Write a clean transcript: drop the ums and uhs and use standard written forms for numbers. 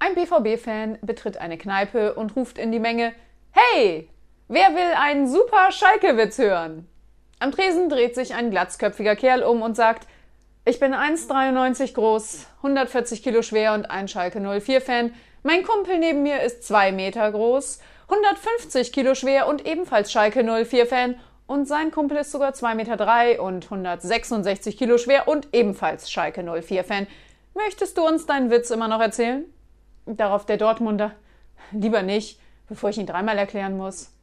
Ein BVB-Fan betritt eine Kneipe und ruft in die Menge: Hey, wer will einen super Schalke-Witz hören? Am Tresen dreht sich ein glatzköpfiger Kerl um und sagt: Ich bin 1,93 groß, 140 Kilo schwer und ein Schalke 04-Fan. Mein Kumpel neben mir ist 2 Meter groß, 150 Kilo schwer und ebenfalls Schalke 04-Fan. Und sein Kumpel ist sogar 2,3 Meter und 166 Kilo schwer und ebenfalls Schalke 04-Fan. Möchtest du uns deinen Witz immer noch erzählen? Darauf der Dortmunder: Lieber nicht, bevor ich ihn dreimal erklären muss.